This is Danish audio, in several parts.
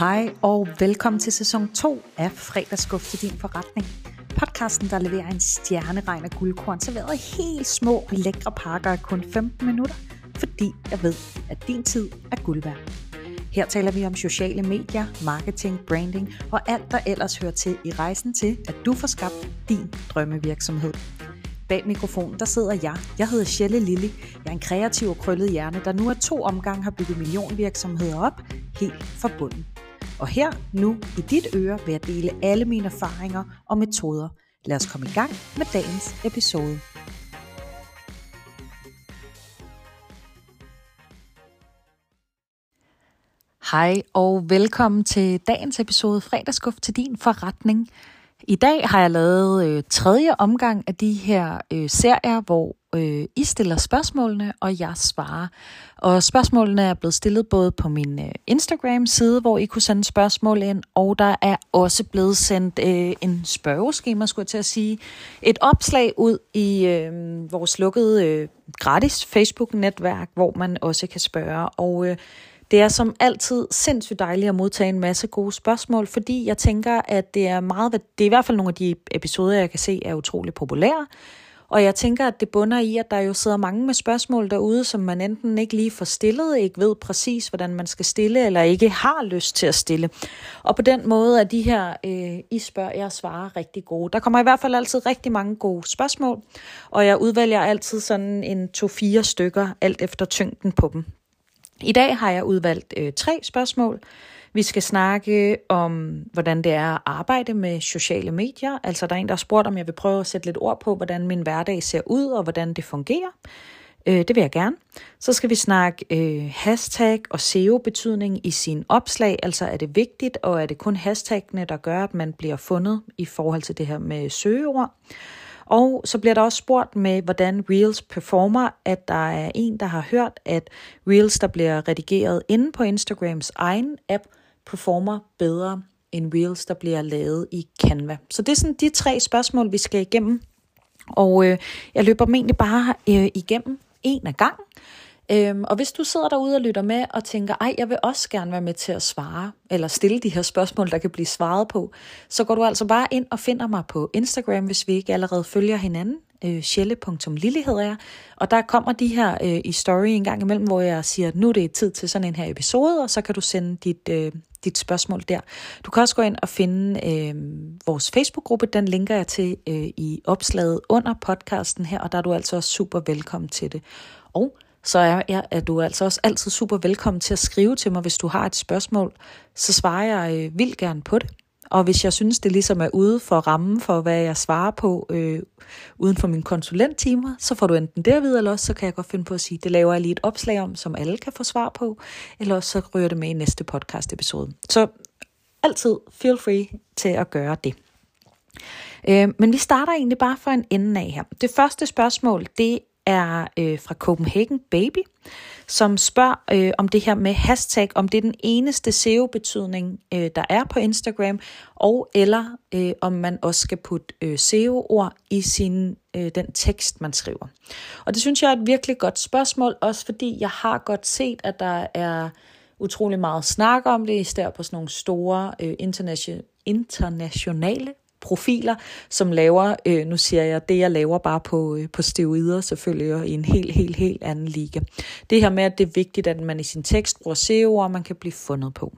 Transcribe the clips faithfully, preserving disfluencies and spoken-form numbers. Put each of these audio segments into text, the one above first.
Hej og velkommen til sæson to af Fredagsskuff til din forretning. Podcasten, der leverer en stjerneregn af guldkorn, serveret i helt små og lækre pakker af kun femten minutter, fordi jeg ved, at din tid er guld værd. Her taler vi om sociale medier, marketing, branding og alt, der ellers hører til i rejsen til, at du får skabt din drømmevirksomhed. Bag mikrofonen, der sidder jeg. Jeg hedder Shelle Lilly. Jeg er en kreativ og krøllet hjerne, der nu af to omgange har bygget millionvirksomheder op, helt fra bunden. Og her, nu i dit øre, vil jeg dele alle mine erfaringer og metoder. Lad os komme i gang med dagens episode. Hej og velkommen til dagens episode Fredagsskuff til din forretning. I dag har jeg lavet øh, tredje omgang af de her øh, serier, hvor øh, I stiller spørgsmålene, og jeg svarer. Og spørgsmålene er blevet stillet både på min øh, Instagram-side, hvor I kunne sende spørgsmål ind, og der er også blevet sendt øh, en spørgeskema, skulle jeg til at sige, et opslag ud i øh, vores lukkede øh, gratis Facebook-netværk, hvor man også kan spørge. Og øh, det er som altid sindssygt dejligt at modtage en masse gode spørgsmål, fordi jeg tænker, at det er meget, det er i hvert fald nogle af de episoder, jeg kan se, er utrolig populære. Og jeg tænker, at det bunder i, at der jo sidder mange med spørgsmål derude, som man enten ikke lige får stillet, ikke ved præcis, hvordan man skal stille, eller ikke har lyst til at stille. Og på den måde er de her, øh, I spørger, jeg svarer rigtig gode. Der kommer i hvert fald altid rigtig mange gode spørgsmål, og jeg udvælger altid sådan en to-fire stykker, alt efter tyngden på dem. I dag har jeg udvalgt øh, tre spørgsmål. Vi skal snakke om, hvordan det er at arbejde med sociale medier. Altså der er en, der har spurgt, om jeg vil prøve at sætte lidt ord på, hvordan min hverdag ser ud, og hvordan det fungerer. Øh, det vil jeg gerne. Så skal vi snakke øh, hashtag og S E O-betydning i sin opslag. Altså er det vigtigt, og er det kun hashtagene, der gør, at man bliver fundet i forhold til det her med søgeord. Og så bliver der også spurgt med, hvordan Reels performer, at der er en, der har hørt, at Reels, der bliver redigeret inde på Instagrams egen app, performer bedre end Reels, der bliver lavet i Canva. Så det er sådan de tre spørgsmål, vi skal igennem. Og øh, jeg løber dem egentlig bare øh, igennem en af gangen. Øhm, og hvis du sidder derude og lytter med og tænker, ej, jeg vil også gerne være med til at svare, eller stille de her spørgsmål, der kan blive svaret på, så går du altså bare ind og finder mig på Instagram, hvis vi ikke allerede følger hinanden. Øh, Shelle punktum lilly hedder jeg. Og der kommer de her øh, i story en gang imellem, hvor jeg siger, at nu er det tid til sådan en her episode, og så kan du sende dit, øh, dit spørgsmål der. Du kan også gå ind og finde øh, vores Facebook-gruppe, den linker jeg til øh, i opslaget under podcasten her, og der er du altså også super velkommen til det. Og så er, jeg, er du altså også altid super velkommen til at skrive til mig, hvis du har et spørgsmål. Så svarer jeg øh, vildt gerne på det. Og hvis jeg synes, det ligesom er ude for rammen for, hvad jeg svarer på øh, uden for mine konsulenttimer, så får du enten det at vide, eller også så kan jeg godt finde på at sige, det laver jeg lige et opslag om, som alle kan få svar på, eller også så ryger det med i næste podcast episode. Så altid feel free til at gøre det. Øh, men vi starter egentlig bare fra en ende af her. Det første spørgsmål, det er øh, fra Copenhagen Baby, som spørger øh, om det her med hashtag, om det er den eneste S E O-betydning, øh, der er på Instagram, og eller øh, om man også skal putte øh, S E O-ord i sin, øh, den tekst, man skriver. Og det synes jeg er et virkelig godt spørgsmål, også fordi jeg har godt set, at der er utrolig meget snak om det, i stedet på sådan nogle store øh, internationale internationale profiler, som laver, øh, nu siger jeg, det jeg laver bare på, øh, på steroider selvfølgelig, og i en helt, helt, helt anden liga. Det her med, at det er vigtigt, at man i sin tekst bruger S E O-ord, man kan blive fundet på.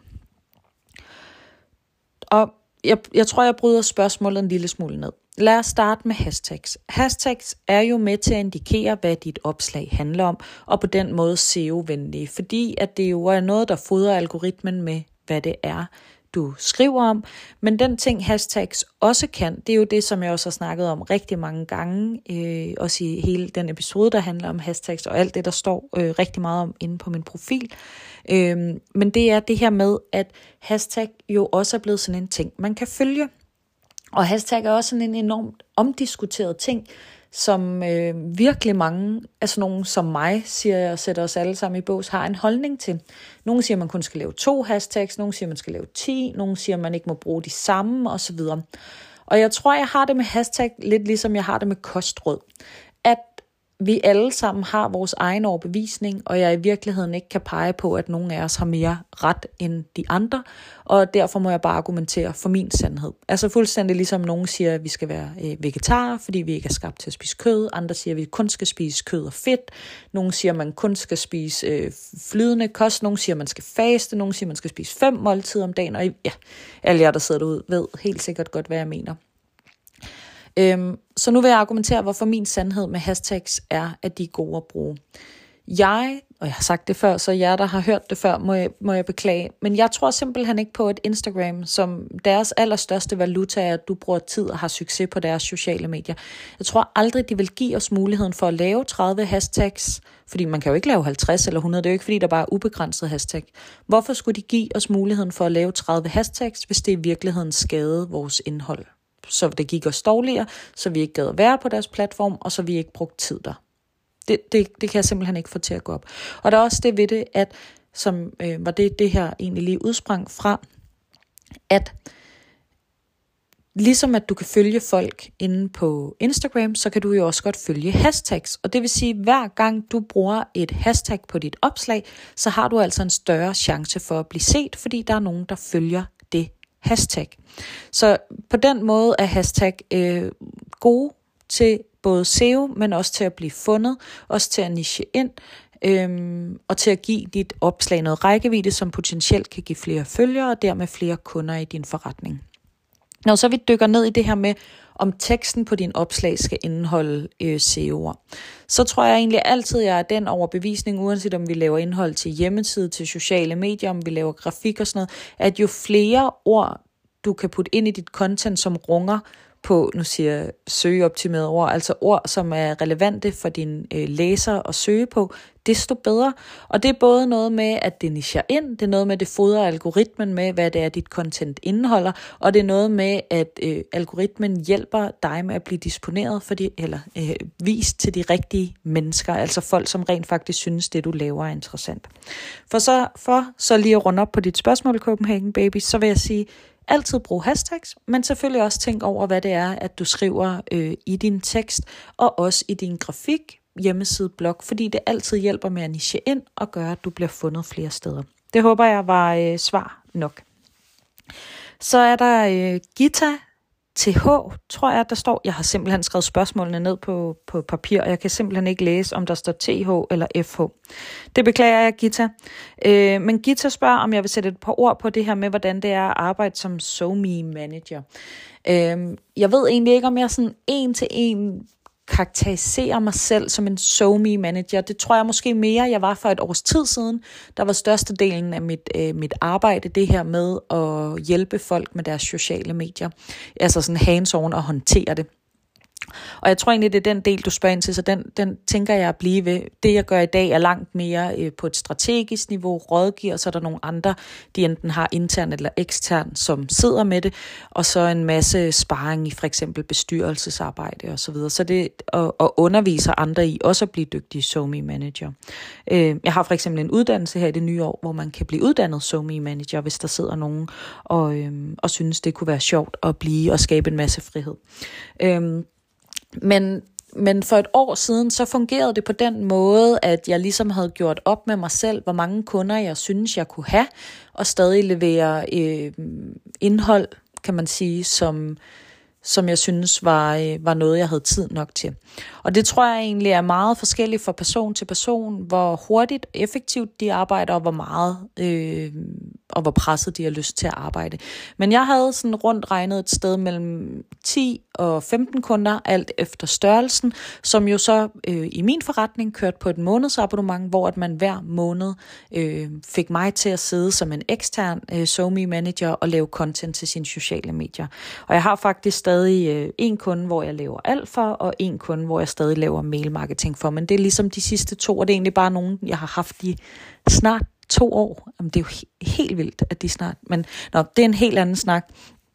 Og jeg, jeg tror, jeg bryder spørgsmålet en lille smule ned. Lad os starte med hashtags. Hashtags er jo med til at indikere, hvad dit opslag handler om, og på den måde S E O-venlige, fordi at det jo er noget, der fodrer algoritmen med, hvad det er, du skriver om. Men den ting hashtags også kan, det er jo det, som jeg også har snakket om rigtig mange gange, øh, også i hele den episode, der handler om hashtags, og alt det, der står øh, rigtig meget om inde på min profil. Øh, men det er det her med, at hashtag jo også er blevet sådan en ting, man kan følge. Og hashtag er også sådan en enormt omdiskuteret ting, som øh, virkelig mange af sådan nogen som mig, siger jeg og sætter os alle sammen i bås, har en holdning til. Nogle siger, man kun skal lave to hashtags, nogle siger, man skal lave ti, nogle siger, man ikke må bruge de samme osv. Og jeg tror, jeg har det med hashtag lidt ligesom jeg har det med kostråd. At vi alle sammen har vores egen overbevisning, og jeg i virkeligheden ikke kan pege på, at nogen af os har mere ret end de andre, og derfor må jeg bare argumentere for min sandhed. Altså fuldstændig ligesom nogen siger, at vi skal være øh, vegetarer, fordi vi ikke er skabt til at spise kød. Andre siger, at vi kun skal spise kød og fedt. Nogen siger, at man kun skal spise øh, flydende kost. Nogen siger, at man skal faste. Nogen siger, at man skal spise fem måltider om dagen. Og ja, alle jer, der sidder derude, ved helt sikkert godt, hvad jeg mener. Øhm, så nu vil jeg argumentere, hvorfor min sandhed med hashtags er, at de er gode at bruge. Jeg, og jeg har sagt det før, så jer, der har hørt det før, må jeg, må jeg beklage, men jeg tror simpelthen ikke på, at Instagram, som deres allerstørste valuta er, at du bruger tid og har succes på deres sociale medier. Jeg tror aldrig, de vil give os muligheden for at lave tredive hashtags, fordi man kan jo ikke lave halvtreds eller hundrede, det er jo ikke, fordi der bare er ubegrænset hashtag. Hvorfor skulle de give os muligheden for at lave tredive hashtags, hvis det i virkeligheden skadede vores indhold? Så det gik os dårligere, så vi ikke gad at være på deres platform, og så vi ikke brugte tid der. Det, det, det kan jeg simpelthen ikke få til at gå op. Og der er også det ved det, at som øh, var det, det her egentlig lige udsprang fra, at ligesom at du kan følge folk inde på Instagram, så kan du jo også godt følge hashtags. Og det vil sige, at hver gang du bruger et hashtag på dit opslag, så har du altså en større chance for at blive set, fordi der er nogen, der følger det hashtag. Så på den måde er hashtag øh, gode til både S E O, men også til at blive fundet, også til at niche ind, øhm, og til at give dit opslag noget rækkevidde, som potentielt kan give flere følgere, og dermed flere kunder i din forretning. Når så vi dykker ned i det her med, om teksten på din opslag skal indeholde øh, S E O'er, så tror jeg egentlig altid, jeg er den overbevisning, uanset om vi laver indhold til hjemmeside, til sociale medier, om vi laver grafik og sådan noget, at jo flere ord, du kan putte ind i dit content, som runger på, nu siger jeg søgeoptimerede ord, altså ord, som er relevante for dine øh, læsere at søge på, desto bedre. Og det er både noget med, at det nicher ind, det er noget med, at det fodrer algoritmen med, hvad det er, dit content indeholder, og det er noget med, at øh, algoritmen hjælper dig med at blive disponeret for de, eller øh, vist til de rigtige mennesker, altså folk, som rent faktisk synes, det du laver er interessant. For så, for så lige at runde op på dit spørgsmål, Copenhagen Baby, så vil jeg sige, altid brug hashtags, men selvfølgelig også tænk over, hvad det er, at du skriver øh, i din tekst, og også i din grafik, hjemmeside, blog, fordi det altid hjælper med at niche ind, og gøre, at du bliver fundet flere steder. Det håber jeg var øh, svar nok. Så er der øh, Gita T H, tror jeg, der står. Jeg har simpelthen skrevet spørgsmålene ned på, på papir, og jeg kan simpelthen ikke læse, om der står T H eller F H. Det beklager jeg, Gita. Øh, men Gita spørger, om jeg vil sætte et par ord på det her med, hvordan det er at arbejde som SoMe manager. Øh, jeg ved egentlig ikke, om jeg sådan en til en karakteriserer mig selv som en SoMe manager. Det tror jeg måske mere, jeg var for et års tid siden. Der var størstedelen af mit, øh, mit arbejde det her med at hjælpe folk med deres sociale medier. Altså sådan hands-on og håndtere det. Og jeg tror egentlig, det er den del, du spørger ind til, så den, den tænker jeg at blive ved. Det, jeg gør i dag, er langt mere øh, på et strategisk niveau, rådgiver, så er der nogle andre, de enten har intern eller ekstern, som sidder med det, og så en masse sparring i for eksempel bestyrelsesarbejde og så videre. Så det og, og underviser andre i også at blive dygtige SoMe manager. Øh, jeg har for eksempel en uddannelse her i det nye år, hvor man kan blive uddannet SoMe manager, hvis der sidder nogen og, øh, og synes, det kunne være sjovt at blive og skabe en masse frihed. Øh, Men, men for et år siden, så fungerede det på den måde, at jeg ligesom havde gjort op med mig selv, hvor mange kunder jeg synes, jeg kunne have, og stadig levere øh, indhold, kan man sige, som, som jeg synes var, øh, var noget, jeg havde tid nok til. Og det tror jeg egentlig er meget forskelligt fra person til person, hvor hurtigt og effektivt de arbejder, og hvor meget øh, og hvor presset de har lyst til at arbejde. Men jeg havde sådan rundt regnet et sted mellem ti og femten kunder, alt efter størrelsen, som jo så øh, i min forretning kørte på et månedsabonnement, hvor at man hver måned øh, fik mig til at sidde som en ekstern øh, SoMe manager og lave content til sine sociale medier. Og jeg har faktisk stadig øh, en kunde, hvor jeg laver alt for, og en kunde, hvor jeg stadig laver mail marketing for. Men det er ligesom de sidste to, og det er egentlig bare nogen, jeg har haft i snart to år. Jamen, det er jo he- helt vildt, at de snart... Men nå, det er en helt anden snak.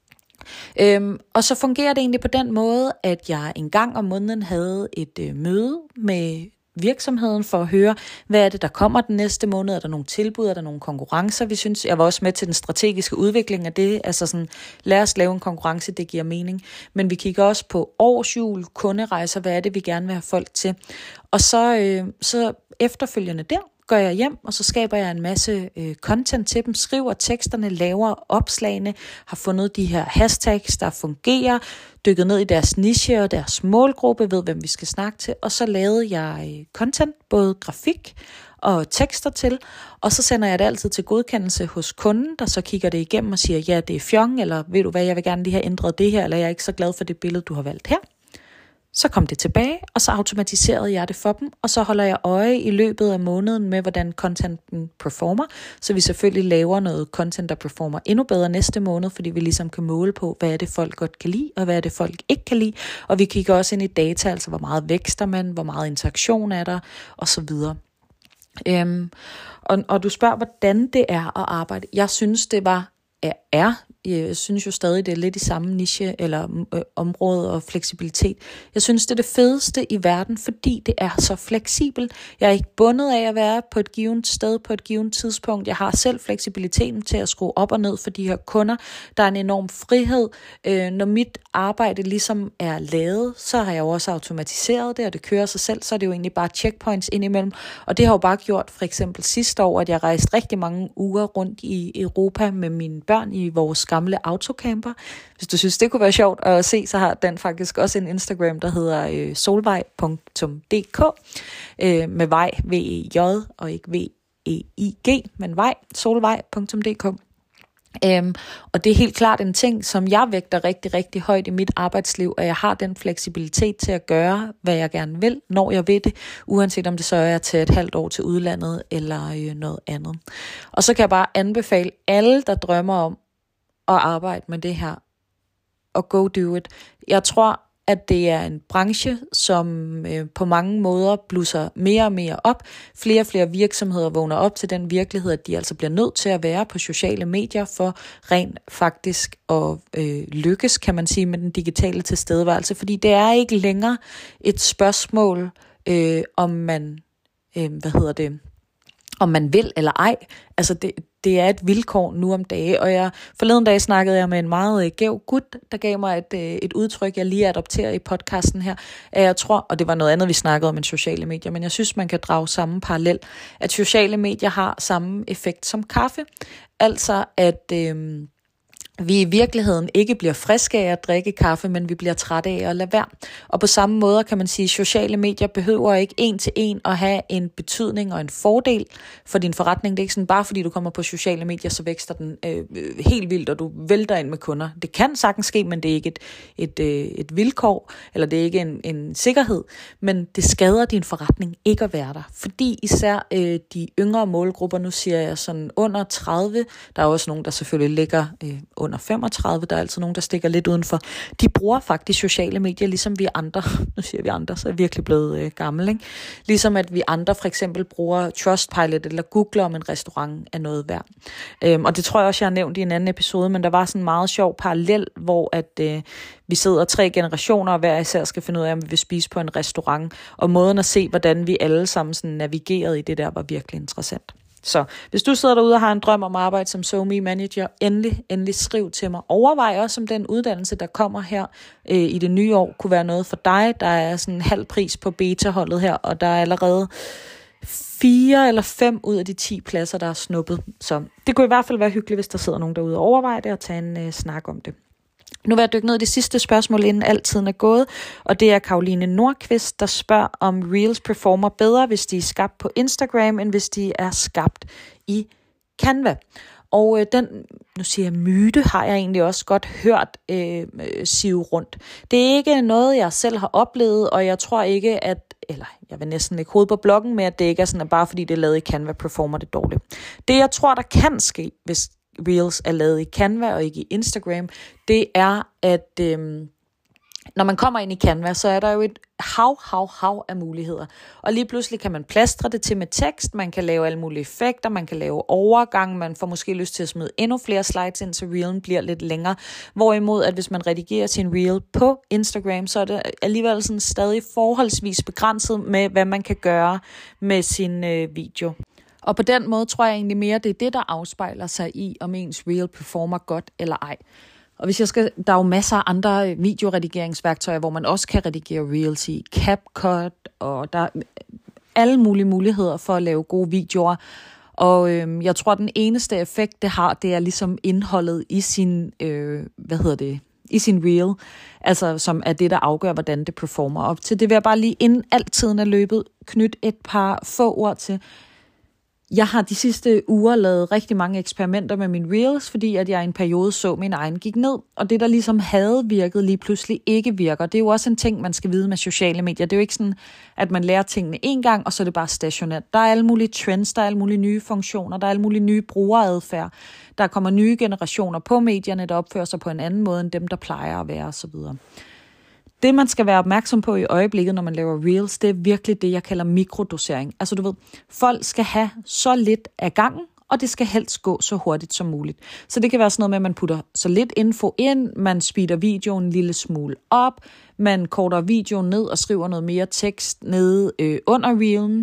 Øhm, og så fungerer det egentlig på den måde, at jeg en gang om måneden havde et øh, møde med virksomheden for at høre, hvad er det, der kommer den næste måned? Er der nogle tilbud? Er der nogle konkurrencer? Vi synes, jeg var også med til den strategiske udvikling af det. Altså sådan, lad os lave en konkurrence, det giver mening. Men vi kigger også på årsjul, kunderejser, hvad er det, vi gerne vil have folk til? Og så, øh, så efterfølgende der, går jeg hjem, og så skaber jeg en masse øh, content til dem, skriver teksterne, laver opslagene, har fundet de her hashtags, der fungerer, dykket ned i deres niche og deres målgruppe, ved hvem vi skal snakke til, og så lavede jeg øh, content, både grafik og tekster til, og så sender jeg det altid til godkendelse hos kunden, der så kigger det igennem og siger, ja, det er fjong, eller ved du hvad, jeg vil gerne lige have ændret det her, eller jeg er ikke så glad for det billede, du har valgt her. Så kom det tilbage, og så automatiserede jeg det for dem, og så holder jeg øje i løbet af måneden med, hvordan contenten performer, så vi selvfølgelig laver noget content, der performer endnu bedre næste måned, fordi vi ligesom kan måle på, hvad er det folk godt kan lide, og hvad er det folk ikke kan lide, og vi kigger også ind i data, altså hvor meget vækster man, hvor meget interaktion er der, og så videre. Øhm, og, og du spørger, hvordan det er at arbejde. Jeg synes, det var, er, er Jeg synes jo stadig, det er lidt i samme niche eller øh, område og fleksibilitet. Jeg synes, det er det fedeste i verden, fordi det er så fleksibelt. Jeg er ikke bundet af at være på et givet sted på et givet tidspunkt. Jeg har selv fleksibiliteten til at skrue op og ned for de her kunder. Der er en enorm frihed. Øh, når mit arbejde ligesom er lavet, så har jeg jo også automatiseret det, og det kører sig selv, så er det jo egentlig bare checkpoints indimellem. Og det har jo bare gjort for eksempel sidste år, at jeg rejste rigtig mange uger rundt i Europa med mine børn i vores gamle autocamper. Hvis du synes, det kunne være sjovt at se, så har den faktisk også en Instagram, der hedder øh, solvej punktum d k øh, med vej, V E J og ikke V E I G, men vej, solvej punktum d k. Øhm, og det er helt klart en ting, som jeg vægter rigtig, rigtig højt i mit arbejdsliv, at jeg har den fleksibilitet til at gøre, hvad jeg gerne vil, når jeg vil det, uanset om det så er til et halvt år til udlandet eller øh, noget andet. Og så kan jeg bare anbefale alle, der drømmer om at arbejde med det her, og go do it. Jeg tror, at det er en branche, som øh, på mange måder blusser mere og mere op. Flere og flere virksomheder vågner op til den virkelighed, at de altså bliver nødt til at være på sociale medier for rent faktisk at øh, lykkes, kan man sige, med den digitale tilstedeværelse. Fordi det er ikke længere et spørgsmål, øh, om man, øh, hvad hedder det, om man vil eller ej. Altså det, det er et vilkår nu om dage, og jeg, forleden dag snakkede jeg med en meget øh, gæv gut, der gav mig et, øh, et udtryk, jeg lige adopterer i podcasten her, at jeg tror, og det var noget andet, vi snakkede om end sociale medier, men jeg synes, man kan drage samme parallel, at sociale medier har samme effekt som kaffe, altså at øh, vi i virkeligheden ikke bliver friske af at drikke kaffe, men vi bliver trætte af at lade være. Og på samme måde kan man sige, at sociale medier behøver ikke en til en at have en betydning og en fordel for din forretning. Det er ikke sådan, bare fordi du kommer på sociale medier, så vækster den øh, helt vildt, og du vælter ind med kunder. Det kan sagtens ske, men det er ikke et, et, øh, et vilkår, eller det er ikke en, en sikkerhed. Men det skader din forretning ikke at være der. Fordi især øh, de yngre målgrupper, nu siger jeg sådan under tredive, der er også nogen, der selvfølgelig ligger øh, under femogtredive, der er altid nogen, der stikker lidt udenfor. De bruger faktisk sociale medier, ligesom vi andre. Nu siger vi andre, så er jeg virkelig blevet øh, gammel, ikke? Ligesom at vi andre for eksempel bruger Trustpilot eller googler, om en restaurant er noget værd. Øhm, og det tror jeg også, jeg har nævnt i en anden episode, men der var sådan en meget sjov parallel, hvor at øh, vi sidder tre generationer, og hver især skal finde ud af, om vi vil spise på en restaurant. Og måden at se, hvordan vi alle sammen sådan navigerede i det der, var virkelig interessant. Så hvis du sidder derude og har en drøm om at arbejde som SoMe manager, endelig, endelig skriv til mig. Overvej også, om den uddannelse, der kommer her øh, i det nye år, kunne være noget for dig. Der er sådan en halv pris på beta-holdet her, og der er allerede fire eller fem ud af de ti pladser, der er snuppet. Så det kunne i hvert fald være hyggeligt, hvis der sidder nogen derude og overvejer det og tage en øh, snak om det. Nu vil jeg dykke ned i det sidste spørgsmål, inden al tiden er gået, og det er Karoline Nordqvist, der spørger, om Reels performer bedre, hvis de er skabt på Instagram, end hvis de er skabt i Canva. Og øh, den, nu siger jeg myte, har jeg egentlig også godt hørt øh, sive rundt. Det er ikke noget, jeg selv har oplevet, og jeg tror ikke, at, eller jeg vil næsten lægge hovedet på bloggen med, at det ikke er sådan, at bare fordi det er lavet i Canva, performer det dårligt. Det jeg tror, der kan ske, hvis Reels er lavet i Canva og ikke i Instagram, det er, at, øhm, når man kommer ind i Canva, så er der jo et hav, hav, hav af muligheder. Og lige pludselig kan man plastre det til med tekst, man kan lave alle mulige effekter, man kan lave overgang, man får måske lyst til at smide endnu flere slides ind, så reelen bliver lidt længere. Hvorimod, at hvis man redigerer sin reel på Instagram, så er det alligevel sådan stadig forholdsvis begrænset med, hvad man kan gøre med sin øh, video. Og på den måde tror jeg egentlig mere, det er det, der afspejler sig i, om ens reel performer godt eller ej. Og hvis jeg skal, der er jo masser af andre videoredigeringsværktøjer, hvor man også kan redigere reels i. CapCut, og der er alle mulige muligheder for at lave gode videoer. Og øhm, jeg tror, den eneste effekt, det har, det er ligesom indholdet i sin, øh, hvad hedder det, i sin reel. Altså, som er det, der afgør, hvordan det performer op til. Det vil jeg bare lige inden altid er løbet knytte et par få ord til. Jeg har de sidste uger lavet rigtig mange eksperimenter med mine reels, fordi at jeg i en periode så min egen gik ned. Og det, der ligesom havde virket, lige pludselig ikke virker. Det er jo også en ting, man skal vide med sociale medier. Det er jo ikke sådan, at man lærer tingene en gang, og så er det bare stationært. Der er alle mulige trends, der er alle mulige nye funktioner, der er alle mulige nye brugeradfærd. Der kommer nye generationer på medierne, der opfører sig på en anden måde, end dem, der plejer at være osv. Det, man skal være opmærksom på i øjeblikket, når man laver reels, det er virkelig det, jeg kalder mikrodosering. Altså du ved, folk skal have så lidt af gangen, og det skal helst gå så hurtigt som muligt. Så det kan være sådan noget med, at man putter så lidt info ind, man speeder videoen en lille smule op, man korter videoen ned og skriver noget mere tekst nede øh, under reelen,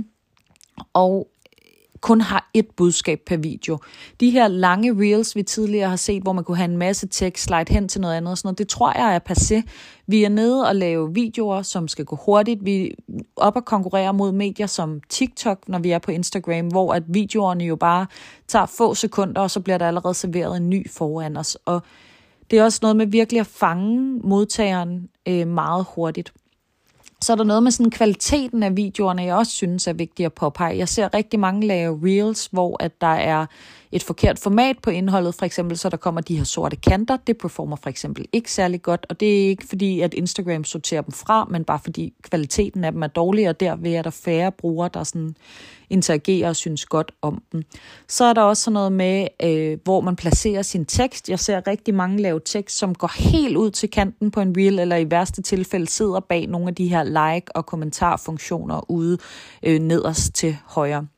og kun har et budskab per video. De her lange reels, vi tidligere har set, hvor man kunne have en masse tekst, slide hen til noget andet og sådan noget, det tror jeg er passé. Vi er nede og lave videoer, som skal gå hurtigt. Vi er op og konkurrere mod medier som TikTok, når vi er på Instagram, hvor at videoerne jo bare tager få sekunder, og så bliver der allerede serveret en ny foran os. Og det er også noget med virkelig at fange modtageren øh, meget hurtigt. Så er der noget med sådan kvaliteten af videoerne, jeg også synes er vigtigt at påpege. Jeg ser rigtig mange lave reels, hvor at der er et forkert format på indholdet, for eksempel så der kommer de her sorte kanter. Det performer for eksempel ikke særlig godt, og det er ikke fordi, at Instagram sorterer dem fra, men bare fordi kvaliteten af dem er dårlig, og derved er der færre brugere, der sådan interagerer og synes godt om dem. Så er der også sådan noget med, øh, hvor man placerer sin tekst. Jeg ser rigtig mange lave tekst, som går helt ud til kanten på en reel, eller i værste tilfælde sidder bag nogle af de her like- og kommentarfunktioner ude øh, nederst til højre.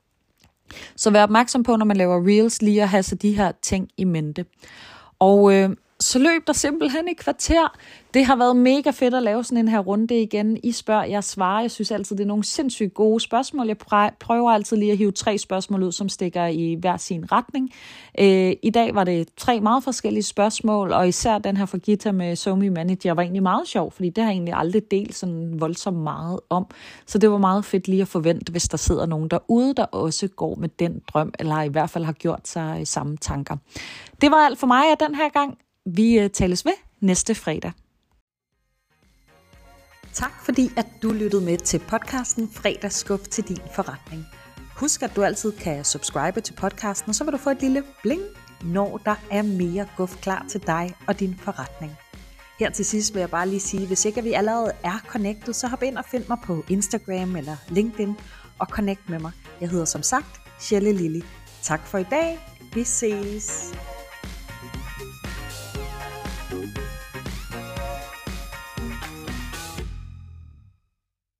Så vær opmærksom på, når man laver reels, lige at have så de her ting i mente. Og øh, så løb der simpelthen et kvarter. Det har været mega fedt at lave sådan en her runde igen. I spørger, jeg svarer. Jeg synes altid, det er nogle sindssygt gode spørgsmål. Jeg prøver altid lige at hive tre spørgsmål ud, som stikker i hver sin retning. Øh, I dag var det tre meget forskellige spørgsmål, og især den her fra Gita med SoMe Manager var egentlig meget sjov, fordi det har jeg egentlig aldrig delt sådan voldsomt meget om. Så det var meget fedt lige at forvente, hvis der sidder nogen derude, der også går med den drøm, eller i hvert fald har gjort sig samme tanker. Det var alt for mig af den her gang. Vi tales ved næste fredag. Tak fordi, at du lyttede med til podcasten Fredagsskub til din forretning. Husk, at du altid kan subscribe til podcasten, og så vil du få et lille bling, når der er mere guf klar til dig og din forretning. Her til sidst vil jeg bare lige sige, hvis ikke vi allerede er connected, så hop ind og find mig på Instagram eller LinkedIn og connect med mig. Jeg hedder som sagt Shelle Lily. Tak for i dag. Vi ses.